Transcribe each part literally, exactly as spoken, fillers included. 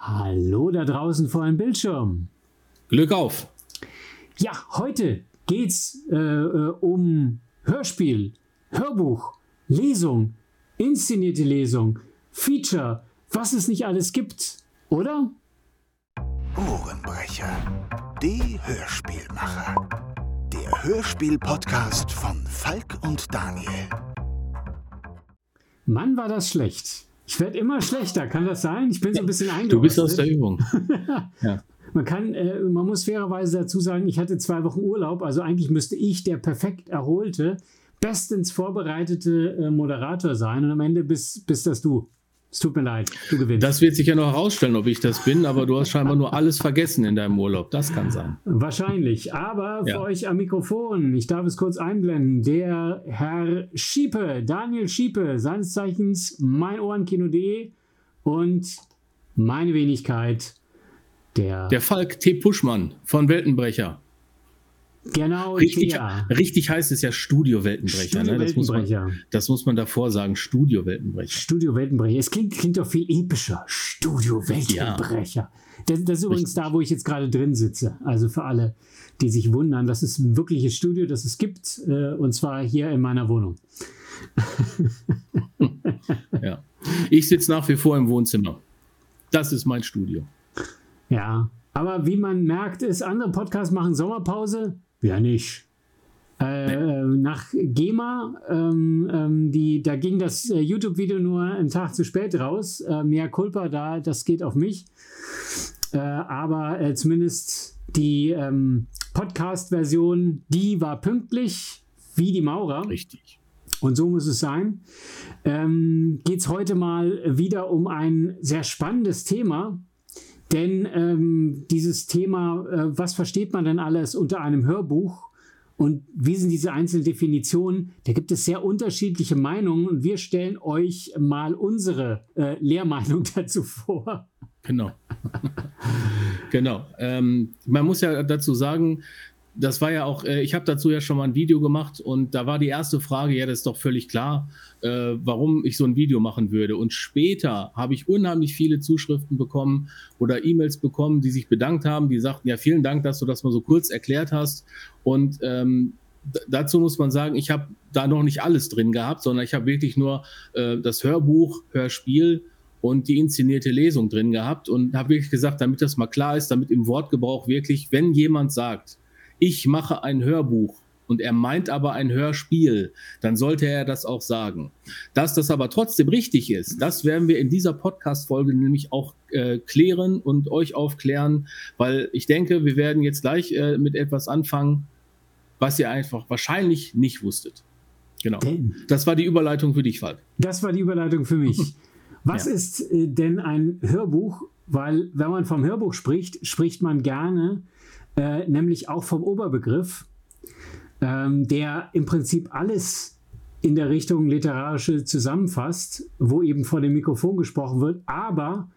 Hallo da draußen vor einem Bildschirm. Glück auf. Ja, heute geht's äh, äh, um Hörspiel, Hörbuch, Lesung, inszenierte Lesung, Feature, was es nicht alles gibt, oder? Ohrenbrecher, die Hörspielmacher. Der Hörspiel-Podcast von Falk und Daniel. Mann, war das schlecht. Ich werde immer schlechter, kann das sein? Ich bin so ein bisschen eingerostet. Du bist aus der Übung. Ja. Man kann, äh, man muss fairerweise dazu sagen, ich hatte zwei Wochen Urlaub, also eigentlich müsste ich der perfekt erholte, bestens vorbereitete äh, Moderator sein und am Ende bist, bist das du. Es tut mir leid, du gewinnst. Das wird sich ja noch herausstellen, ob ich das bin, aber du hast scheinbar nur alles vergessen in deinem Urlaub. Das kann sein. Wahrscheinlich, aber für Ja. euch am Mikrofon, ich darf es kurz einblenden, der Herr Schiepe, Daniel Schiepe, seines Zeichens meiноhrenkino punkt de und meine Wenigkeit, der... Der Falk T. Puschmann von Weltenbrecher. Genau, Richtig, der. richtig heißt es ja Studio Weltenbrecher. Studio Ne? Das, muss Weltenbrecher. man, das muss man davor sagen, Studio Weltenbrecher. Studio Weltenbrecher. Es klingt, klingt doch viel epischer. Studio Weltenbrecher. Das, das ist übrigens Richtig. da, wo ich jetzt gerade drin sitze. Also für alle, die sich wundern, das ist ein wirkliches Studio, das es gibt. Äh, und zwar hier in meiner Wohnung. Ja. Ich sitze nach wie vor im Wohnzimmer. Das ist mein Studio. Ja, aber wie man merkt, ist, andere Podcasts machen Sommerpause. Ja, nicht. Äh, nach GEMA, ähm, ähm, die, da ging das äh, YouTube-Video nur einen Tag zu spät raus. Äh, mehr Culpa da, das geht auf mich. Äh, aber äh, zumindest die ähm, Podcast-Version, die war pünktlich wie die Maurer. Richtig. Und so muss es sein. Ähm, geht es heute mal wieder um ein sehr spannendes Thema. Denn ähm, dieses Thema, äh, was versteht man denn alles unter einem Hörbuch und wie sind diese einzelnen Definitionen, da gibt es sehr unterschiedliche Meinungen und wir stellen euch mal unsere äh, Lehrmeinung dazu vor. Genau. Genau. Ähm, man muss ja dazu sagen, das war ja auch, äh, ich habe dazu ja schon mal ein Video gemacht und da war die erste Frage, ja, das ist doch völlig klar, äh, warum ich so ein Video machen würde. Und später habe ich unheimlich viele Zuschriften bekommen oder E-Mails bekommen, die sich bedankt haben, die sagten, ja, vielen Dank, dass du das mal so kurz erklärt hast. Und ähm, d- dazu muss man sagen, ich habe da noch nicht alles drin gehabt, sondern ich habe wirklich nur äh, das Hörbuch, Hörspiel und die inszenierte Lesung drin gehabt und habe wirklich gesagt, damit das mal klar ist, damit im Wortgebrauch wirklich, wenn jemand sagt, ich mache ein Hörbuch und er meint aber ein Hörspiel, dann sollte er das auch sagen. Dass das aber trotzdem richtig ist, das werden wir in dieser Podcast-Folge nämlich auch äh, klären und euch aufklären, weil ich denke, wir werden jetzt gleich äh, mit etwas anfangen, was ihr einfach wahrscheinlich nicht wusstet. Genau. Denn Das war die Überleitung für dich, Falk. das war die Überleitung für mich. Was Ja. ist äh, denn ein Hörbuch? Weil wenn man vom Hörbuch spricht, spricht man gerne äh, nämlich auch vom Oberbegriff, ähm, der im Prinzip alles in der Richtung literarische zusammenfasst, wo eben vor dem Mikrofon gesprochen wird, aber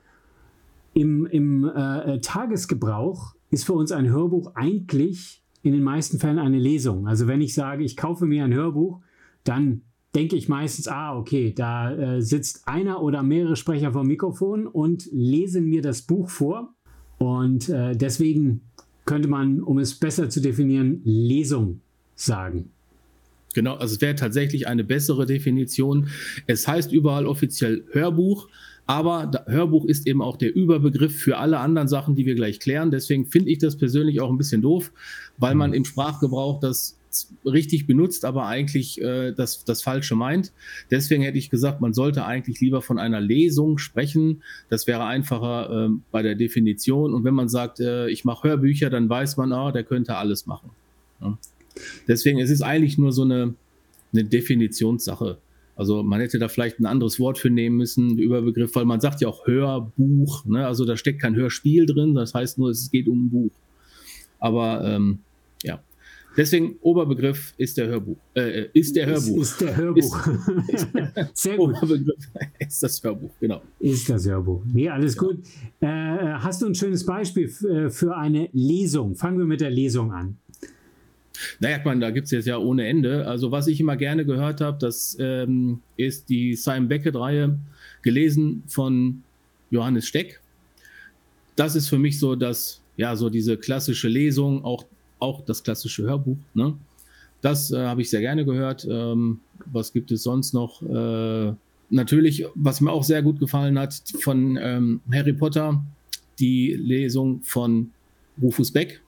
im, im äh, Tagesgebrauch ist für uns ein Hörbuch eigentlich in den meisten Fällen eine Lesung. Also wenn ich sage, ich kaufe mir ein Hörbuch, dann denke ich meistens, ah, okay, da äh, sitzt einer oder mehrere Sprecher vor dem Mikrofon und lesen mir das Buch vor. Und äh, deswegen könnte man, um es besser zu definieren, Lesung sagen. Genau, also es wäre tatsächlich eine bessere Definition. Es heißt überall offiziell Hörbuch, aber da, Hörbuch ist eben auch der Überbegriff für alle anderen Sachen, die wir gleich klären. Deswegen finde ich das persönlich auch ein bisschen doof, weil man im Sprachgebrauch das richtig benutzt, aber eigentlich äh, das, das Falsche meint. Deswegen hätte ich gesagt, man sollte eigentlich lieber von einer Lesung sprechen. Das wäre einfacher äh, bei der Definition. Und wenn man sagt, äh, ich mache Hörbücher, dann weiß man, oh, der könnte alles machen. Ja. Deswegen es ist es eigentlich nur so eine, eine Definitionssache. Also man hätte da vielleicht ein anderes Wort für nehmen müssen, der Überbegriff, weil man sagt ja auch Hörbuch. Ne? Also da steckt kein Hörspiel drin, das heißt nur, es geht um ein Buch. Aber ähm, ja. Deswegen Oberbegriff ist der Hörbuch. Äh, ist der Hörbuch. Ist, ist der Hörbuch. Ist, Sehr gut. Oberbegriff ist das Hörbuch, genau. Ist das Hörbuch. Nee, alles ja. gut. Äh, hast du ein schönes Beispiel f- für eine Lesung? Fangen wir mit der Lesung an. Naja, ich meine, da gibt es jetzt ja ohne Ende. Also was ich immer gerne gehört habe, das ähm, ist die Simon Beckett-Reihe, gelesen von Johannes Steck. das ist für mich so das, ja, so diese klassische Lesung, auch, auch das klassische Hörbuch, ne? Das äh, habe ich sehr gerne gehört. Ähm, was gibt es sonst noch? Äh, natürlich, was mir auch sehr gut gefallen hat, von ähm, Harry Potter, die Lesung von Rufus Beck.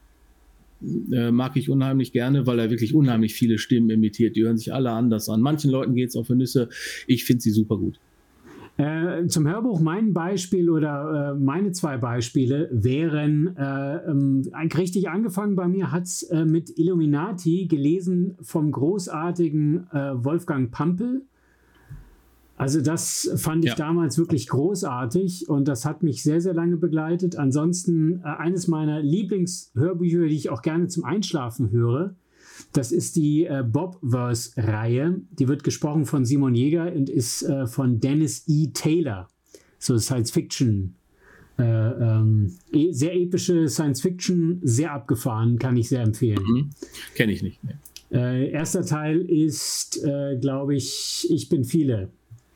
Äh, mag ich unheimlich gerne, weil er wirklich unheimlich viele Stimmen imitiert. Die hören sich alle anders an. Manchen Leuten geht es auf die Nüsse. Ich finde sie super gut. Äh, zum Hörbuch mein Beispiel oder äh, meine zwei Beispiele wären, äh, ähm, richtig angefangen bei mir hat es äh, mit Illuminati, gelesen vom großartigen äh, Wolfgang Pampel. Also das fand ich ja. damals wirklich großartig und das hat mich sehr, sehr lange begleitet. Ansonsten äh, eines meiner Lieblingshörbücher, die ich auch gerne zum Einschlafen höre, das ist die äh, Bobverse-Reihe. Die wird gesprochen von Simon Jäger und ist äh, von Dennis E. Taylor. So Science-Fiction. Äh, ähm, e- sehr epische Science-Fiction, sehr abgefahren, kann ich sehr empfehlen. Mhm. Kenne ich nicht. Nee. Äh, erster Teil ist, äh, glaube ich, Ich bin viele.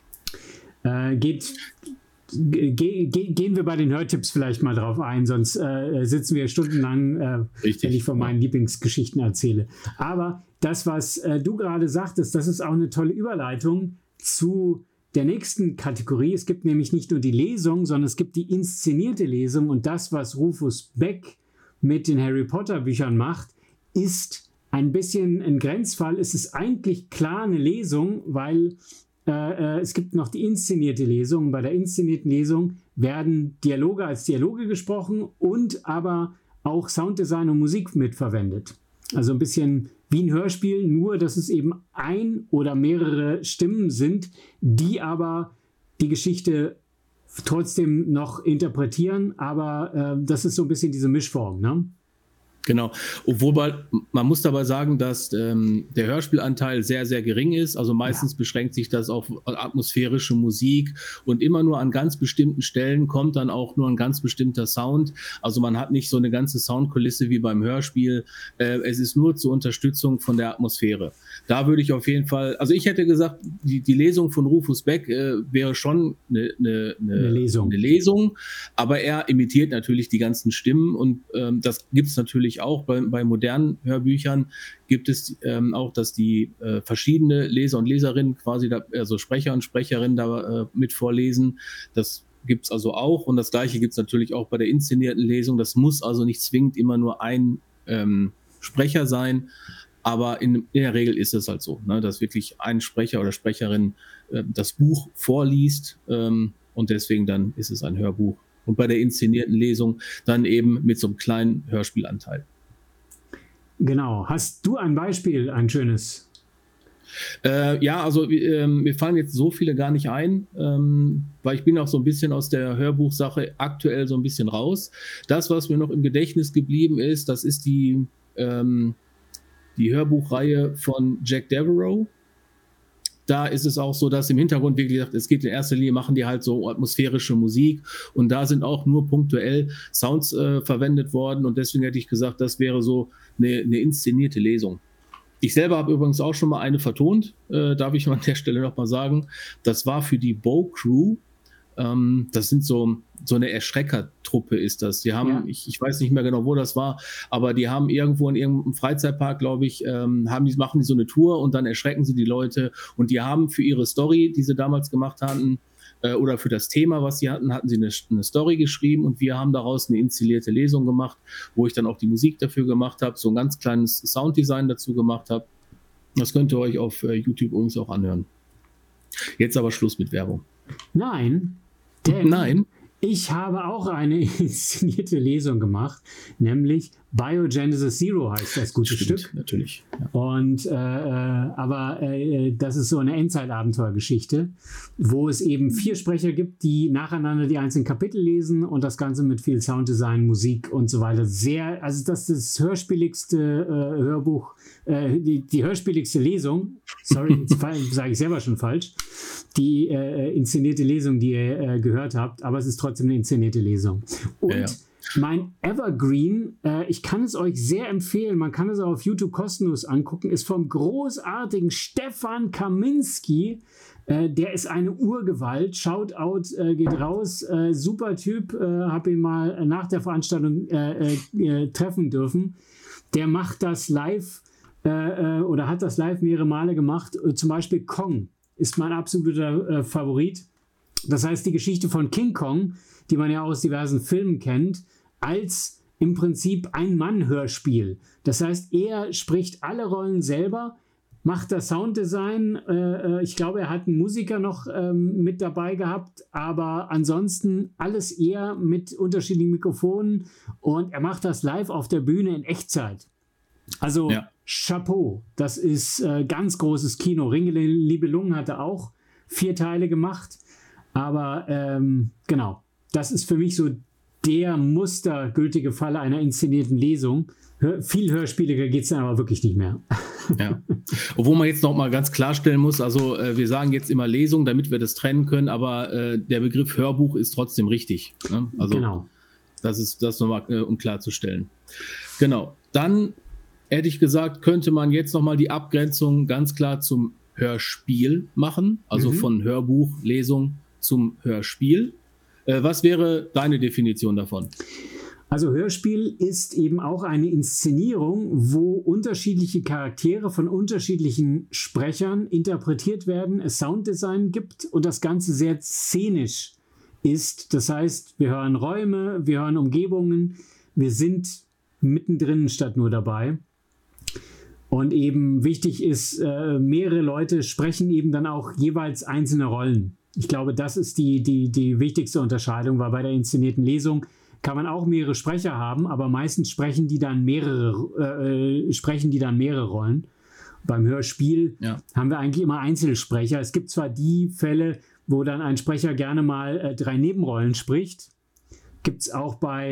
Äh, geht, ge, ge, gehen wir bei den Hörtipps vielleicht mal drauf ein, sonst äh, sitzen wir stundenlang, äh, wenn ich von meinen ja. Lieblingsgeschichten erzähle. Aber das, was äh, du gerade sagtest, das ist auch eine tolle Überleitung zu der nächsten Kategorie. Es gibt nämlich nicht nur die Lesung, sondern es gibt die inszenierte Lesung und das, was Rufus Beck mit den Harry Potter Büchern macht, ist ein bisschen ein Grenzfall. Es ist eigentlich klar eine Lesung, weil Äh, es gibt noch die inszenierte Lesung. Bei der inszenierten Lesung werden Dialoge als Dialoge gesprochen und aber auch Sounddesign und Musik mitverwendet. Also ein bisschen wie ein Hörspiel, nur dass es eben ein oder mehrere Stimmen sind, die aber die Geschichte trotzdem noch interpretieren. Aber äh, das ist so ein bisschen diese Mischform, ne? Genau, obwohl man, man muss dabei sagen, dass ähm, der Hörspielanteil sehr, sehr gering ist. Also meistens ja. beschränkt sich das auf atmosphärische Musik und immer nur an ganz bestimmten Stellen kommt dann auch nur ein ganz bestimmter Sound. Also man hat nicht so eine ganze Soundkulisse wie beim Hörspiel. Äh, es ist nur zur Unterstützung von der Atmosphäre. Da würde ich auf jeden Fall, also ich hätte gesagt, die, die Lesung von Rufus Beck äh, wäre schon eine, eine, eine, eine, Lesung. eine Lesung, aber er imitiert natürlich die ganzen Stimmen und ähm, das gibt es natürlich auch bei, bei modernen Hörbüchern gibt es ähm, auch, dass die äh, verschiedene Leser und Leserinnen quasi, da, also Sprecher und Sprecherinnen da äh, mit vorlesen. Das gibt es also auch und das Gleiche gibt es natürlich auch bei der inszenierten Lesung. Das muss also nicht zwingend immer nur ein ähm, Sprecher sein, aber in, in der Regel ist es halt so, ne, dass wirklich ein Sprecher oder Sprecherin äh, das Buch vorliest ähm, und deswegen dann ist es ein Hörbuch. Und bei der inszenierten Lesung dann eben mit so einem kleinen Hörspielanteil. Genau. Hast du ein Beispiel, ein schönes? Äh, ja, also äh, mir fallen jetzt so viele gar nicht ein, ähm, weil ich bin auch so ein bisschen aus der Hörbuchsache aktuell so ein bisschen raus. Das, was mir noch im Gedächtnis geblieben ist, das ist die, ähm, die Hörbuchreihe von Jack Devereaux. Da ist es auch so, dass im Hintergrund, wie gesagt, es geht in erster Linie, machen die halt so atmosphärische Musik und da sind auch nur punktuell Sounds äh, verwendet worden und deswegen hätte ich gesagt, das wäre so eine, eine inszenierte Lesung. Ich selber habe übrigens auch schon mal eine vertont, äh, darf ich mal an der Stelle nochmal sagen. Das war für die Bow Crew. Ähm, das sind so, so eine Erschreckertruppe ist das. Die haben, ja. ich, ich weiß nicht mehr genau, wo das war, aber die haben irgendwo in irgendeinem Freizeitpark, glaube ich, ähm, haben die, machen die so eine Tour und dann erschrecken sie die Leute und die haben für ihre Story, die sie damals gemacht hatten, äh, oder für das Thema, was sie hatten, hatten sie eine, eine Story geschrieben und wir haben daraus eine inszenierte Lesung gemacht, wo ich dann auch die Musik dafür gemacht habe, so ein ganz kleines Sounddesign dazu gemacht habe. Das könnt ihr euch auf äh, YouTube übrigens auch anhören. Jetzt aber Schluss mit Werbung. Nein. Denn Nein. Ich habe auch eine inszenierte Lesung gemacht, nämlich Biogenesis Zero heißt das gute Stimmt, Stück. Natürlich. Ja. Und äh, aber äh, das ist so eine Endzeitabenteuergeschichte, wo es eben vier Sprecher gibt, die nacheinander die einzelnen Kapitel lesen und das Ganze mit viel Sounddesign, Musik und so weiter. Sehr, also das ist das hörspieligste äh, Hörbuch, äh, die, die hörspieligste Lesung. Sorry, jetzt sage ich selber schon falsch. Die äh, inszenierte Lesung, die ihr äh, gehört habt, aber es ist trotzdem eine inszenierte Lesung. Und ja, ja. Mein Evergreen, äh, ich kann es euch sehr empfehlen, man kann es auch auf YouTube kostenlos angucken, ist vom großartigen Stefan Kaminski, Äh, der ist eine Urgewalt. Shoutout äh, geht raus. Äh, super Typ. Äh, habe ihn mal nach der Veranstaltung äh, äh, treffen dürfen. Der macht das live äh, oder hat das live mehrere Male gemacht. Äh, zum Beispiel Kong ist mein absoluter äh, Favorit. Das heißt, die Geschichte von King Kong, die man ja aus diversen Filmen kennt, als im Prinzip Ein-Mann-Hörspiel. Das heißt, er spricht alle Rollen selber, macht das Sounddesign. Äh, ich glaube, er hat einen Musiker noch ähm, mit dabei gehabt, aber ansonsten alles er mit unterschiedlichen Mikrofonen und er macht das live auf der Bühne in Echtzeit. Also ja. Chapeau, das ist äh, ganz großes Kino. Ringele Nibelungen hat er auch vier Teile gemacht, aber ähm, genau, das ist für mich so der mustergültige Fall einer inszenierten Lesung. Hör, viel hörspieliger geht es dann aber wirklich nicht mehr. Ja. Obwohl man jetzt noch mal ganz klarstellen muss, also äh, wir sagen jetzt immer Lesung, damit wir das trennen können, aber äh, der Begriff Hörbuch ist trotzdem richtig. Ne? Also genau. Das ist das nochmal, äh, um klarzustellen. Genau. Dann hätte ich gesagt, könnte man jetzt nochmal die Abgrenzung ganz klar zum Hörspiel machen, also mhm. von Hörbuch, Lesung zum Hörspiel. Äh, was wäre deine Definition davon? Also Hörspiel ist eben auch eine Inszenierung, wo unterschiedliche Charaktere von unterschiedlichen Sprechern interpretiert werden, es Sounddesign gibt und das Ganze sehr szenisch ist. Das heißt, wir hören Räume, wir hören Umgebungen, wir sind mittendrin statt nur dabei. Und eben wichtig ist, äh, mehrere Leute sprechen eben dann auch jeweils einzelne Rollen. Ich glaube, das ist die, die, die wichtigste Unterscheidung, weil bei der inszenierten Lesung kann man auch mehrere Sprecher haben, aber meistens sprechen die dann mehrere, äh, sprechen die dann mehrere Rollen. Beim Hörspiel ja. haben wir eigentlich immer Einzelsprecher. Es gibt zwar die Fälle, wo dann ein Sprecher gerne mal äh, drei Nebenrollen spricht. Gibt es auch bei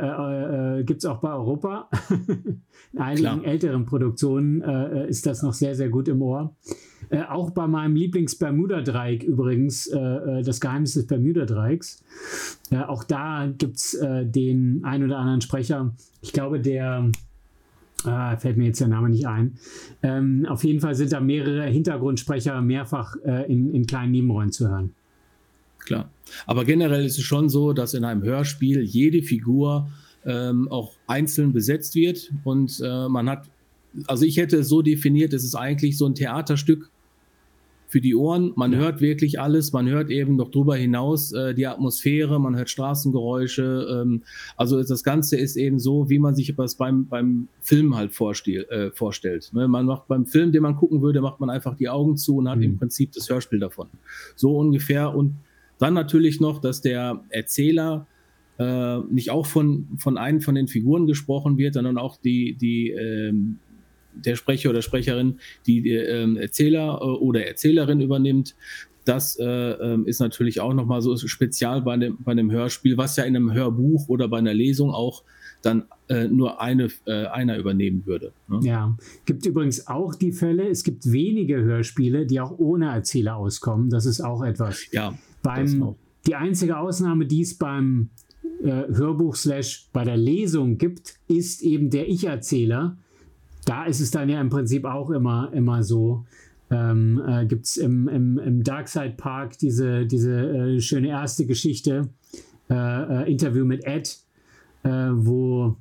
äh, äh, äh, gibt's auch bei Europa. In einigen Klar. älteren Produktionen äh, ist das noch sehr, sehr gut im Ohr. Äh, auch bei meinem Lieblings-Bermuda-Dreieck übrigens, äh, das Geheimnis des Bermuda-Dreiecks. Äh, auch da gibt es äh, den ein oder anderen Sprecher. Ich glaube, der, äh, fällt mir jetzt der Name nicht ein. Ähm, auf jeden Fall sind da mehrere Hintergrundsprecher mehrfach äh, in, in kleinen Nebenrollen zu hören. Klar. Aber generell ist es schon so, dass in einem Hörspiel jede Figur ähm, auch einzeln besetzt wird und äh, man hat, also ich hätte es so definiert, es ist eigentlich so ein Theaterstück für die Ohren. Man ja. hört wirklich alles, man hört eben noch drüber hinaus äh, die Atmosphäre, man hört Straßengeräusche. Ähm, also das Ganze ist eben so, wie man sich das beim, beim Film halt vorstell, äh, vorstellt. Ne? Man macht beim Film, den man gucken würde, macht man einfach die Augen zu und hat mhm. im Prinzip das Hörspiel davon. So ungefähr. Und dann natürlich noch, dass der Erzähler äh, nicht auch von, von einem von den Figuren gesprochen wird, sondern auch die, die, ähm, der Sprecher oder Sprecherin, die äh, Erzähler äh, oder Erzählerin übernimmt. Das äh, ist natürlich auch nochmal so spezial bei einem, bei einem Hörspiel, was ja in einem Hörbuch oder bei einer Lesung auch dann äh, nur eine, äh, einer übernehmen würde. Ne? Ja, gibt übrigens auch die Fälle, es gibt wenige Hörspiele, die auch ohne Erzähler auskommen. Das ist auch etwas. Ja. Beim, die einzige Ausnahme, die es beim äh, Hörbuch slash bei der Lesung gibt, ist eben der Ich-Erzähler. Da ist es dann ja im Prinzip auch immer, immer so. Ähm, äh, gibt es im, im, im Darkside Park diese, diese äh, schöne erste Geschichte, äh, äh, Interview mit Ed, äh, wo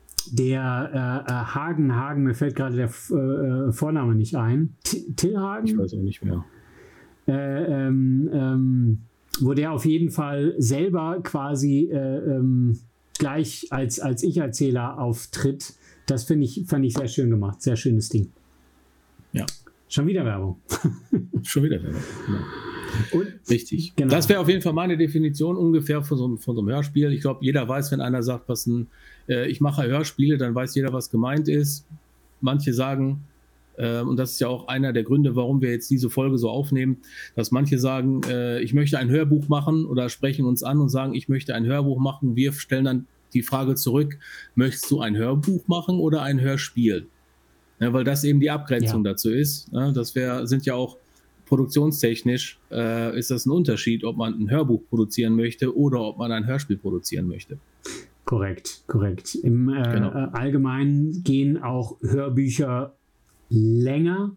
der äh, Hagen, Hagen, mir fällt gerade der äh, Vorname nicht ein, Till Hagen? Ich weiß auch nicht mehr. Äh, ähm, ähm, wo der auf jeden Fall selber quasi äh, ähm, gleich als, als Ich-Erzähler auftritt. Das finde ich, fand ich sehr schön gemacht. Sehr schönes Ding. Ja. Schon wieder Werbung. Schon wieder Werbung. Genau. Und, Richtig. Genau. Das wäre auf jeden Fall meine Definition ungefähr von so, von so einem Hörspiel. Ich glaube, jeder weiß, wenn einer sagt, was ein, äh, ich mache Hörspiele, dann weiß jeder, was gemeint ist. Manche sagen, äh, und das ist ja auch einer der Gründe, warum wir jetzt diese Folge so aufnehmen, dass manche sagen, äh, ich möchte ein Hörbuch machen oder sprechen uns an und sagen, ich möchte ein Hörbuch machen. Wir stellen dann die Frage zurück, möchtest du ein Hörbuch machen oder ein Hörspiel? Ja, weil das eben die Abgrenzung ja. dazu ist. Ja, das wär, sind ja auch produktionstechnisch, äh, ist das ein Unterschied, ob man ein Hörbuch produzieren möchte oder ob man ein Hörspiel produzieren möchte. Korrekt, korrekt. Im äh, genau. Allgemeinen gehen auch Hörbücher länger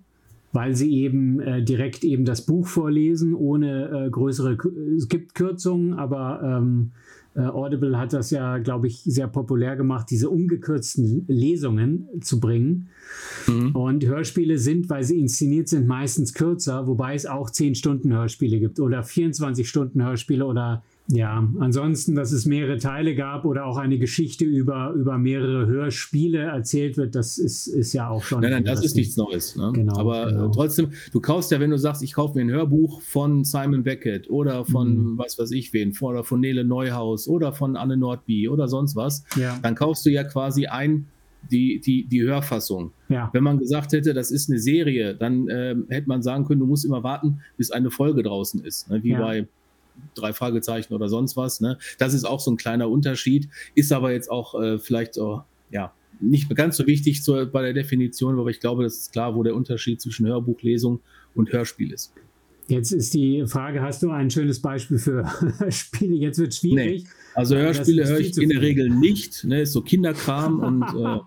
weil sie eben äh, direkt eben das Buch vorlesen, ohne äh, größere, es gibt Kürzungen, aber ähm, äh, Audible hat das ja, glaube ich, sehr populär gemacht, diese ungekürzten Lesungen zu bringen. Mhm. Und Hörspiele sind, weil sie inszeniert sind, meistens kürzer, wobei es auch zehn Stunden Hörspiele gibt oder vierundzwanzig Stunden Hörspiele oder ja, ansonsten, dass es mehrere Teile gab oder auch eine Geschichte über, über mehrere Hörspiele erzählt wird, das ist, ist ja auch schon... Nein, nein, das ist nichts Neues. Ne? Genau, aber genau. Äh, trotzdem, du kaufst ja, wenn du sagst, ich kaufe mir ein Hörbuch von Simon Beckett oder von mhm. was weiß ich wen, oder von Nele Neuhaus oder von Anne Nordby oder sonst was, ja. dann kaufst du ja quasi ein die, die, die Hörfassung. Ja. Wenn man gesagt hätte, das ist eine Serie, dann äh, hätte man sagen können, du musst immer warten, bis eine Folge draußen ist, ne? Wie ja. bei drei Fragezeichen oder sonst was. Ne? Das ist auch so ein kleiner Unterschied, ist aber jetzt auch äh, vielleicht so, ja, nicht ganz so wichtig zu, bei der Definition, aber ich glaube, das ist klar, wo der Unterschied zwischen Hörbuchlesung und Hörspiel ist. Jetzt ist die Frage, hast du ein schönes Beispiel für Spiele? Jetzt wird es schwierig. Nee. Also Hörspiele höre ich in der Regel nicht, ne? Ist so Kinderkram und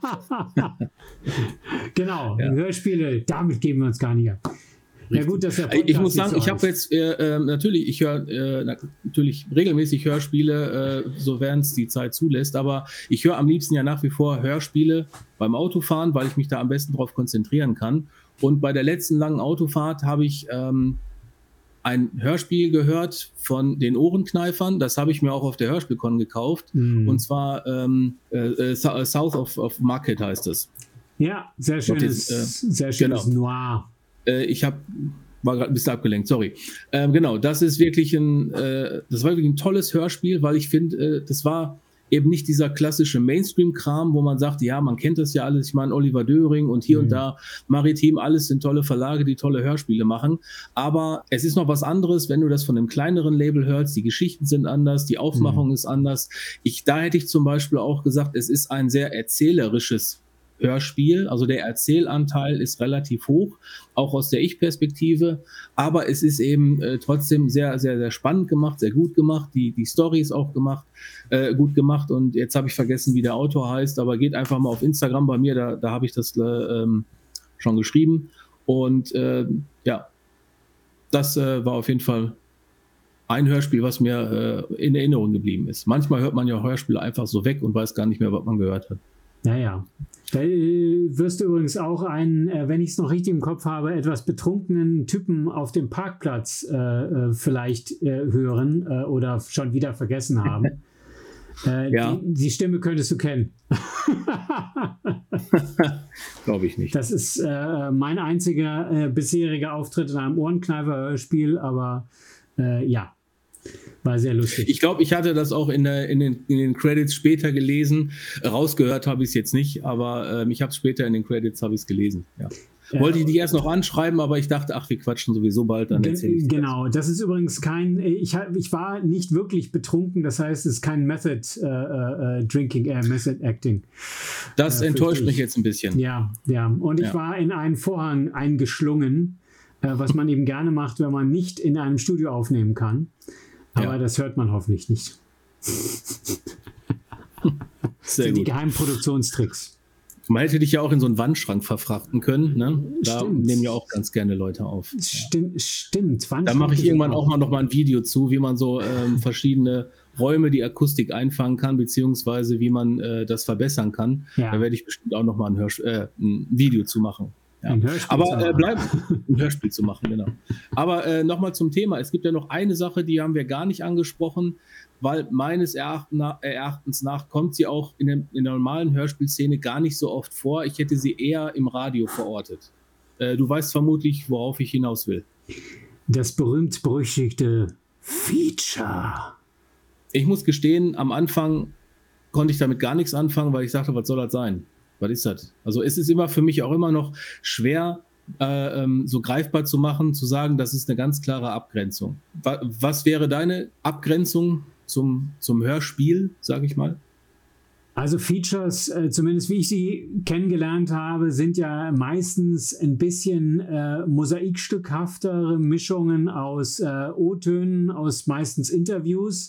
äh genau, ja. Hörspiele, damit geben wir uns gar nicht ab. Ja gut, dass der Podcast ich muss sagen, so ich habe jetzt äh, natürlich, ich höre äh, natürlich regelmäßig Hörspiele, äh, sofern es die Zeit zulässt, aber ich höre am liebsten ja nach wie vor Hörspiele beim Autofahren, weil ich mich da am besten drauf konzentrieren kann. Und bei der letzten langen Autofahrt habe ich ähm, ein Hörspiel gehört von den Ohrenkneifern. Das habe ich mir auch auf der Hörspielcon gekauft. Mm. Und zwar ähm, äh, South of, of Market heißt es. Ja, sehr schönes, äh, sehr schönes genau. Noir. Äh, ich habe war gerade ein bisschen abgelenkt, sorry. Ähm, genau, das ist wirklich ein, äh, das war wirklich ein tolles Hörspiel, weil ich finde, äh, das war eben nicht dieser klassische Mainstream-Kram, wo man sagt, ja, man kennt das ja alles, ich meine Oliver Döring und hier mhm. und da, Maritim, alles sind tolle Verlage, die tolle Hörspiele machen, aber es ist noch was anderes, wenn du das von einem kleineren Label hörst, die Geschichten sind anders, die Aufmachung mhm. ist anders. Ich, da hätte ich zum Beispiel auch gesagt, es ist ein sehr erzählerisches Hörspiel, also der Erzählanteil ist relativ hoch, auch aus der Ich-Perspektive, aber es ist eben äh, trotzdem sehr, sehr, sehr spannend gemacht, sehr gut gemacht, die, die Story ist auch gemacht, äh, gut gemacht und jetzt habe ich vergessen, wie der Autor heißt, aber geht einfach mal auf Instagram bei mir, da, da habe ich das äh, ähm, schon geschrieben und äh, ja, das äh, war auf jeden Fall ein Hörspiel, was mir äh, in Erinnerung geblieben ist. Manchmal hört man ja Hörspiele einfach so weg und weiß gar nicht mehr, was man gehört hat. Ja, ja. Da wirst du übrigens auch einen, äh, wenn ich es noch richtig im Kopf habe, etwas betrunkenen Typen auf dem Parkplatz äh, vielleicht äh, hören äh, oder schon wieder vergessen haben. äh, ja. die, die Stimme könntest du kennen. Glaube ich nicht. Das ist äh, mein einziger äh, bisheriger Auftritt in einem Ohrenkneifer-Hörspiel, aber äh, ja. War sehr lustig. Ich glaube, ich hatte das auch in, der, in, den, in den Credits später gelesen. Rausgehört habe ich es jetzt nicht, aber ähm, ich habe es später in den Credits habe ich es gelesen. Ja. Ja. Wollte ich die erst noch anschreiben, aber ich dachte, ach, wir quatschen sowieso bald. Dann erzähle ich Genau, das ist übrigens kein, ich, ich war nicht wirklich betrunken, das heißt, es ist kein Method äh, äh, Drinking, äh, Method Acting. Das äh, enttäuscht mich mich jetzt ein bisschen. Ja, ja. Und ich ja. war in einen Vorhang eingeschlungen, äh, was man eben gerne macht, wenn man nicht in einem Studio aufnehmen kann. Aber ja. das hört man hoffentlich nicht. Sehr sind gut. Die geheimen Produktionstricks. Man hätte dich ja auch in so einen Wandschrank verfrachten können. Ne? Da Stimmt. nehmen ja auch ganz gerne Leute auf. Stimmt, ja. stimmt. Da mache ich irgendwann auch mal noch mal ein Video zu, wie man so ähm, verschiedene Räume, die Akustik einfangen kann, beziehungsweise wie man äh, das verbessern kann. Ja. Da werde ich bestimmt auch noch mal ein, Hörsch- äh, ein Video zu machen. Ja. Ein Hörspiel Aber äh, bleib ein Hörspiel zu machen, genau. Aber äh, nochmal zum Thema. Es gibt ja noch eine Sache, die haben wir gar nicht angesprochen, weil meines Erachtens nach kommt sie auch in, dem, in der normalen Hörspielszene gar nicht so oft vor. Ich hätte sie eher im Radio verortet. Äh, du weißt vermutlich, worauf ich hinaus will. Das berühmt-berüchtigte Feature. Ich muss gestehen, am Anfang konnte ich damit gar nichts anfangen, weil ich sagte, was soll das sein? Was ist das? Also es ist immer für mich auch immer noch schwer, äh, ähm, so greifbar zu machen, zu sagen, das ist eine ganz klare Abgrenzung. Was, was wäre deine Abgrenzung zum, zum Hörspiel, sage ich mal? Also Features, äh, zumindest wie ich sie kennengelernt habe, sind ja meistens ein bisschen äh, mosaikstückhaftere Mischungen aus äh, O-Tönen, aus meistens Interviews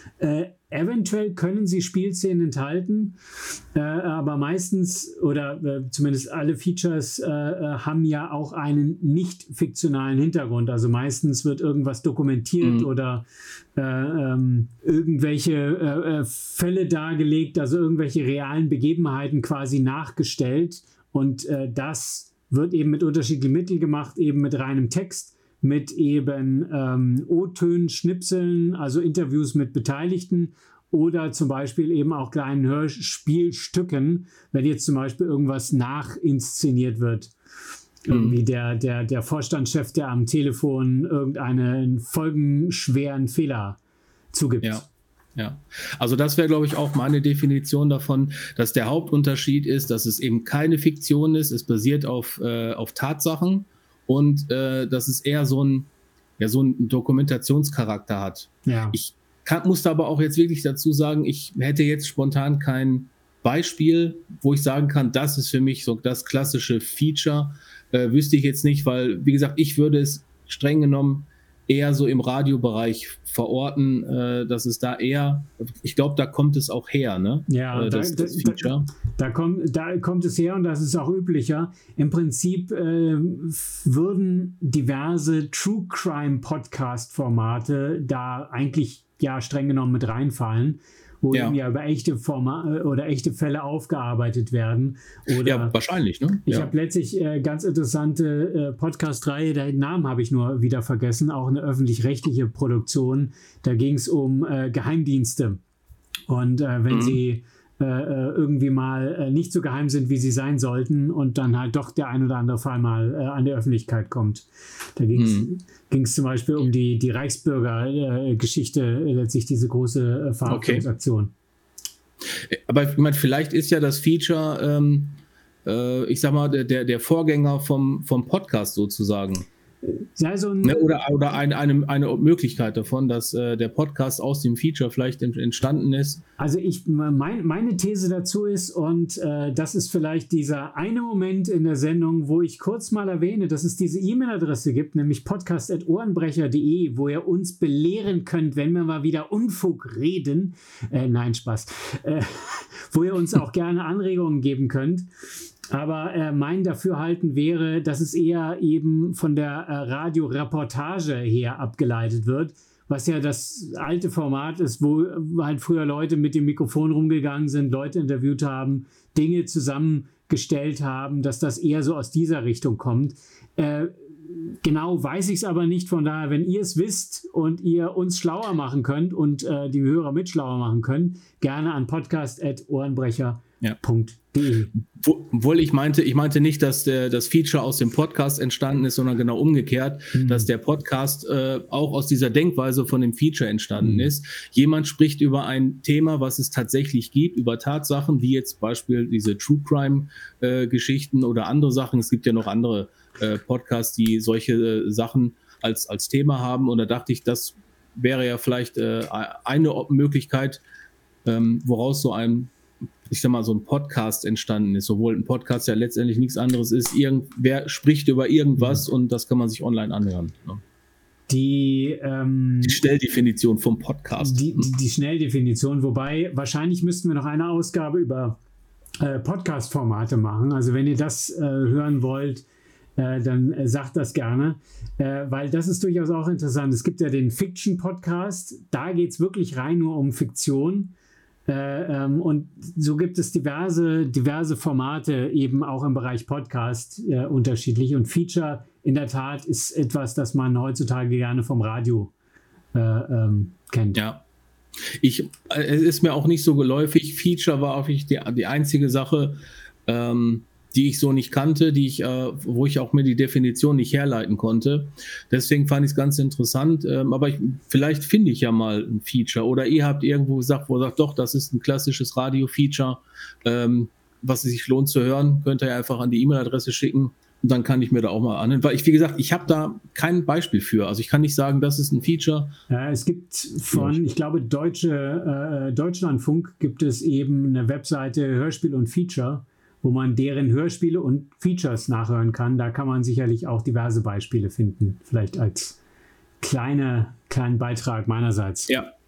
Äh, eventuell können sie Spielszenen enthalten, äh, aber meistens oder äh, zumindest alle Features äh, haben ja auch einen nicht fiktionalen Hintergrund. Also meistens wird irgendwas dokumentiert mhm. oder äh, ähm, irgendwelche äh, äh, Fälle dargelegt, also irgendwelche realen Begebenheiten quasi nachgestellt. Und äh, das wird eben mit unterschiedlichen Mitteln gemacht, eben mit reinem Text, mit eben ähm, O-Tönen, Schnipseln, also Interviews mit Beteiligten oder zum Beispiel eben auch kleinen Hörspielstücken, wenn jetzt zum Beispiel irgendwas nachinszeniert wird. Mhm. Irgendwie der, der, der Vorstandschef, der am Telefon irgendeinen folgenschweren Fehler zugibt. Ja. Ja, also das wäre, glaube ich, auch meine Definition davon, dass der Hauptunterschied ist, dass es eben keine Fiktion ist, es basiert auf, äh, auf Tatsachen. Und äh, dass es eher so ein, ja, so einen Dokumentationscharakter hat. Ja. Ich kann, muss da aber auch jetzt wirklich dazu sagen, ich hätte jetzt spontan kein Beispiel, wo ich sagen kann, das ist für mich so das klassische Feature. Äh, wüsste ich jetzt nicht, weil, wie gesagt, ich würde es streng genommen eher so im Radiobereich verorten, äh, dass es da eher, ich glaube, da kommt es auch her, ne? Ja, äh, das, da, das Feature. Da, da, kommt, da kommt es her und das ist auch üblicher. Im Prinzip äh, würden diverse True Crime Podcast Formate da eigentlich ja streng genommen mit reinfallen, wo ja. eben ja über echte Formate oder echte Fälle aufgearbeitet werden. Oder ja, wahrscheinlich, ne? Ich ja. habe letztlich äh, ganz interessante äh, Podcast-Reihe, den Namen habe ich nur wieder vergessen, auch eine öffentlich-rechtliche Produktion. Da ging es um äh, Geheimdienste. Und äh, wenn mhm. sie äh, irgendwie mal äh, nicht so geheim sind, wie sie sein sollten und dann halt doch der ein oder andere Fall mal äh, an die Öffentlichkeit kommt. Da ging es mhm. zum Beispiel um die, die Reichsbürger-Geschichte, äh, letztlich diese große äh, Verhaftungsaktion. Okay. Aber ich meine, vielleicht ist ja das Feature, ähm, äh, ich sag mal, der, der Vorgänger vom, vom Podcast sozusagen. Ja, so ein ne? Oder, oder ein, eine, eine Möglichkeit davon, dass äh, der Podcast aus dem Feature vielleicht ent, entstanden ist. Also ich, mein, meine These dazu ist, und äh, das ist vielleicht dieser eine Moment in der Sendung, wo ich kurz mal erwähne, dass es diese E-Mail-Adresse gibt, nämlich podcast at ohrenbrecher punkt de, wo ihr uns belehren könnt, wenn wir mal wieder Unfug reden. Äh, nein, Spaß. Äh, wo ihr uns auch gerne Anregungen geben könnt. Aber äh, mein Dafürhalten wäre, dass es eher eben von der äh, Radioreportage her abgeleitet wird, was ja das alte Format ist, wo halt früher Leute mit dem Mikrofon rumgegangen sind, Leute interviewt haben, Dinge zusammengestellt haben, dass das eher so aus dieser Richtung kommt. Äh, genau weiß ich es aber nicht, von daher, wenn ihr es wisst und ihr uns schlauer machen könnt und äh, die Hörer mit schlauer machen könnt, gerne an podcast at ohrenbrecher punkt de. Ja. Obwohl ich meinte, ich meinte nicht, dass der, das Feature aus dem Podcast entstanden ist, sondern genau umgekehrt, mhm. dass der Podcast äh, auch aus dieser Denkweise von dem Feature entstanden mhm. ist. Jemand spricht über ein Thema, was es tatsächlich gibt, über Tatsachen, wie jetzt Beispiel diese True Crime äh, Geschichten oder andere Sachen. Es gibt ja noch andere äh, Podcasts, die solche äh, Sachen als, als Thema haben. Und da dachte ich, das wäre ja vielleicht äh, eine Möglichkeit, ähm, woraus so ein ich sag mal, so ein Podcast entstanden ist, obwohl ein Podcast ja letztendlich nichts anderes ist. Irgendwer spricht über irgendwas mhm. und das kann man sich online anhören. Ne? Die, ähm, die Schnelldefinition vom Podcast. Die, die, die Schnelldefinition, wobei wahrscheinlich müssten wir noch eine Ausgabe über äh, Podcast-Formate machen. Also wenn ihr das äh, hören wollt, äh, dann äh, sagt das gerne, äh, weil das ist durchaus auch interessant. Es gibt ja den Fiction-Podcast, da geht es wirklich rein nur um Fiktion. Äh, ähm, und so gibt es diverse, diverse Formate eben auch im Bereich Podcast äh, unterschiedlich und Feature in der Tat ist etwas, das man heutzutage gerne vom Radio äh, ähm, kennt. Ja, ich, äh, es ist mir auch nicht so geläufig. Feature war auch die, die einzige Sache, ähm, die ich so nicht kannte, die ich, äh, wo ich auch mir die Definition nicht herleiten konnte. Deswegen fand ich es ganz interessant. Ähm, aber ich, vielleicht finde ich ja mal ein Feature oder ihr habt irgendwo gesagt, wo ihr sagt, doch, das ist ein klassisches Radio-Feature, ähm, was es sich lohnt zu hören, könnt ihr einfach an die E-Mail-Adresse schicken und dann kann ich mir da auch mal anhören. Weil ich, wie gesagt, ich habe da kein Beispiel für. Also ich kann nicht sagen, das ist ein Feature. Ja, es gibt von, ich glaube, Deutsche, äh, Deutschlandfunk gibt es eben eine Webseite Hörspiel und Feature, wo man deren Hörspiele und Features nachhören kann. Da kann man sicherlich auch diverse Beispiele finden. Vielleicht als kleine, kleinen Beitrag meinerseits. Ja,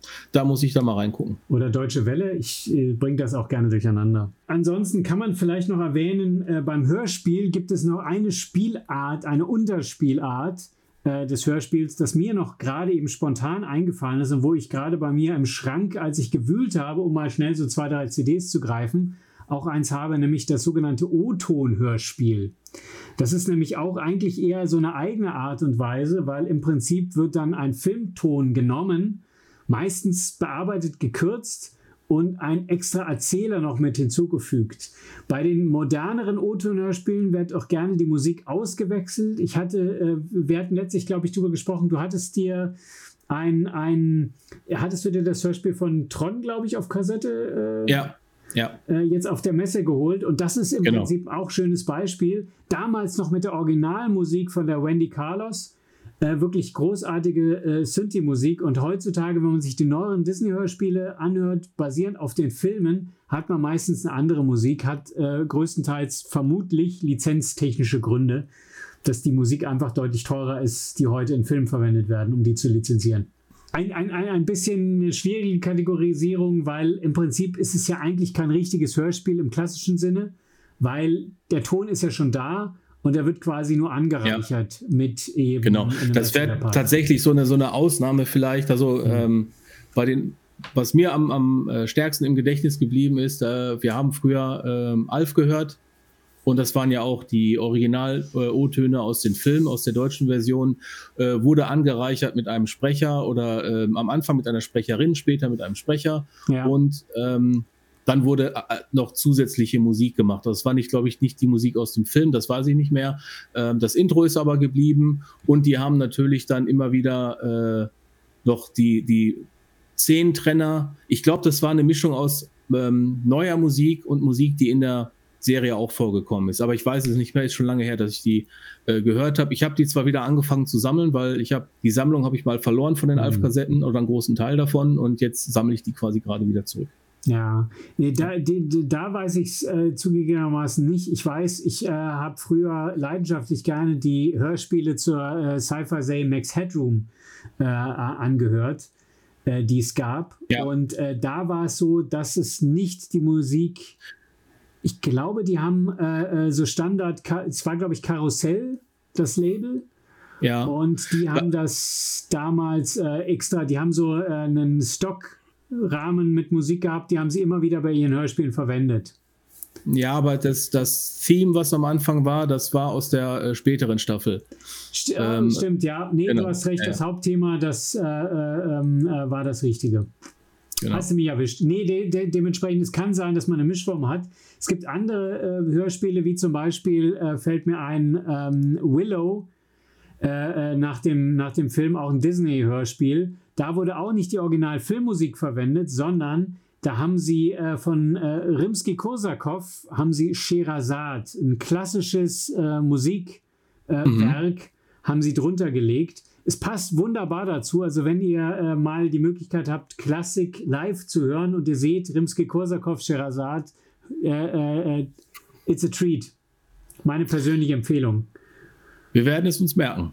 Da muss ich da mal reingucken. Oder Deutsche Welle, ich äh, bringe das auch gerne durcheinander. Ansonsten kann man vielleicht noch erwähnen, äh, beim Hörspiel gibt es noch eine Spielart, eine Unterspielart äh, des Hörspiels, das mir noch gerade eben spontan eingefallen ist und wo ich gerade bei mir im Schrank, als ich gewühlt habe, um mal schnell so zwei, drei C Ds zu greifen, auch eins habe, nämlich das sogenannte O-Ton-Hörspiel. Das ist nämlich auch eigentlich eher so eine eigene Art und Weise, weil im Prinzip wird dann ein Filmton genommen, meistens bearbeitet, gekürzt und ein extra Erzähler noch mit hinzugefügt. Bei den moderneren O-Ton-Hörspielen wird auch gerne die Musik ausgewechselt. Ich hatte, äh, wir hatten letztlich, glaube ich, darüber gesprochen, du hattest dir ein, ein, hattest du dir das Hörspiel von Tron, glaube ich, auf Kassette? Äh, ja. Ja. Äh, jetzt auf der Messe geholt und das ist im genau. Prinzip auch ein schönes Beispiel. Damals noch mit der Originalmusik von der Wendy Carlos, äh, wirklich großartige äh, Synthi-Musik und heutzutage, wenn man sich die neueren Disney-Hörspiele anhört, basierend auf den Filmen, hat man meistens eine andere Musik, hat äh, größtenteils vermutlich lizenztechnische Gründe, dass die Musik einfach deutlich teurer ist, die heute in Filmen verwendet werden, um die zu lizenzieren. Ein, ein, ein bisschen eine schwierige Kategorisierung, weil im Prinzip ist es ja eigentlich kein richtiges Hörspiel im klassischen Sinne, weil der Ton ist ja schon da und er wird quasi nur angereichert ja. mit eben... Genau, das wäre tatsächlich so eine, so eine Ausnahme vielleicht, also mhm. ähm, bei den, was mir am, am stärksten im Gedächtnis geblieben ist, äh, wir haben früher ähm, Alf gehört. Und das waren ja auch die Original-O-Töne aus den Filmen, aus der deutschen Version, äh, wurde angereichert mit einem Sprecher oder äh, am Anfang mit einer Sprecherin, später mit einem Sprecher. Ja. Und ähm, dann wurde äh, noch zusätzliche Musik gemacht. Das war nicht, glaube ich, nicht die Musik aus dem Film, das weiß ich nicht mehr. Ähm, das Intro ist aber geblieben und die haben natürlich dann immer wieder äh, noch die, die Szenentrenner. Ich glaube, das war eine Mischung aus ähm, neuer Musik und Musik, die in der Serie auch vorgekommen ist. Aber ich weiß es nicht mehr, ist schon lange her, dass ich die äh, gehört habe. Ich habe die zwar wieder angefangen zu sammeln, weil ich habe die Sammlung habe ich mal verloren von den mhm. Alf-Kassetten oder einen großen Teil davon und jetzt sammle ich die quasi gerade wieder zurück. Ja, nee, da, die, da weiß ich es äh, zugegebenermaßen nicht. Ich weiß, ich äh, habe früher leidenschaftlich gerne die Hörspiele zur äh, Sci-Fi-Serie Max Headroom äh, angehört, äh, die es gab. Ja. Und äh, da war es so, dass es nicht die Musik... Ich glaube, die haben äh, so Standard, es war, glaube ich, Karussell, das Label. Ja. Und die haben ja. das damals äh, extra, die haben so äh, einen Stockrahmen mit Musik gehabt, die haben sie immer wieder bei ihren Hörspielen verwendet. Ja, aber das, das Theme, was am Anfang war, das war aus der äh, späteren Staffel. St- ähm, stimmt, ja. Nee, genau. Du hast recht, ja. das Hauptthema, das äh, äh, äh, war das Richtige. Genau. Hast du mich erwischt. Nee, de- de- dementsprechend, es kann sein, dass man eine Mischform hat. Es gibt andere äh, Hörspiele, wie zum Beispiel, äh, fällt mir ein, ähm, Willow, äh, nach, dem, nach dem Film auch ein Disney-Hörspiel. Da wurde auch nicht die Original-Filmmusik verwendet, sondern da haben sie äh, von äh, Rimsky-Korsakow, haben sie Scheherazade, ein klassisches äh, Musikwerk, äh, mhm. haben sie drunter gelegt. Es passt wunderbar dazu, also wenn ihr äh, mal die Möglichkeit habt, Klassik live zu hören und ihr seht Rimsky-Korsakow, Scheherazade, äh, äh, it's a treat. Meine persönliche Empfehlung. Wir werden es uns merken.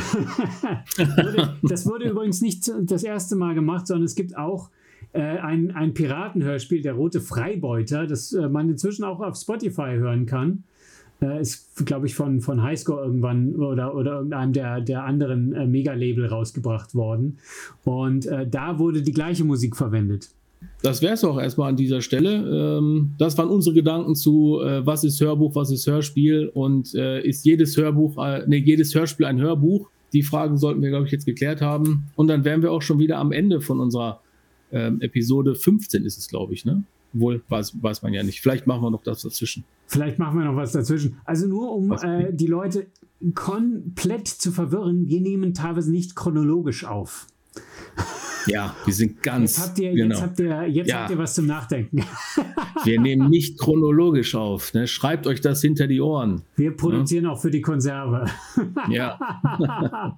das, wurde, das wurde übrigens nicht das erste Mal gemacht, sondern es gibt auch äh, ein, ein Piratenhörspiel, der Rote Freibeuter, das äh, man inzwischen auch auf Spotify hören kann. Ist, glaube ich, von, von Highscore irgendwann oder, oder irgendeinem der, der anderen äh, Mega-Label rausgebracht worden. Und äh, da wurde die gleiche Musik verwendet. Das wäre es auch erstmal an dieser Stelle. Ähm, das waren unsere Gedanken zu, äh, was ist Hörbuch, was ist Hörspiel und äh, ist jedes Hörbuch, äh, nee, jedes Hörspiel ein Hörbuch? Die Fragen sollten wir, glaube ich, jetzt geklärt haben. Und dann wären wir auch schon wieder am Ende von unserer ähm, Episode fünfzehn ist es, glaube ich, ne? Obwohl, weiß, weiß man ja nicht. Vielleicht machen wir noch das dazwischen. Vielleicht machen wir noch was dazwischen. Also nur, um äh, die Leute komplett zu verwirren, wir nehmen teilweise nicht chronologisch auf. Ja, wir sind ganz... Jetzt habt ihr, genau. jetzt habt ihr, jetzt ja. habt ihr was zum Nachdenken. Wir nehmen nicht chronologisch auf. Ne? Schreibt euch das hinter die Ohren. Wir produzieren ja. auch für die Konserve. Ja. Aber,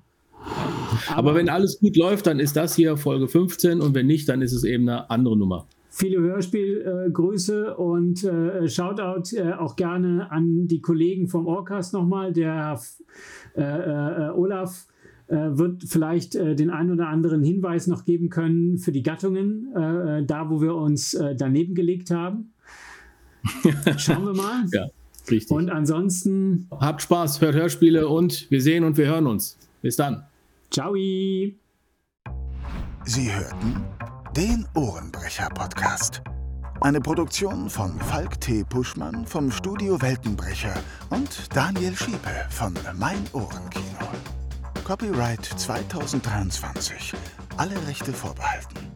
Aber wenn alles gut läuft, dann ist das hier Folge fünfzehn und wenn nicht, dann ist es eben eine andere Nummer. Viele Hörspielgrüße äh, und äh, Shoutout äh, auch gerne an die Kollegen vom Orcast nochmal, der äh, äh, Olaf äh, wird vielleicht äh, den einen oder anderen Hinweis noch geben können für die Gattungen, äh, da wo wir uns äh, daneben gelegt haben. Schauen wir mal. Ja, richtig. Und ansonsten... Habt Spaß, hört Hörspiele und wir sehen und wir hören uns. Bis dann. Ciao. Sie hörten den Ohrenbrecher-Podcast. Eine Produktion von Falk T. Puschmann vom Studio Weltenbrecher und Daniel Schiepe von Mein Ohrenkino. Copyright zwanzig dreiundzwanzig. Alle Rechte vorbehalten.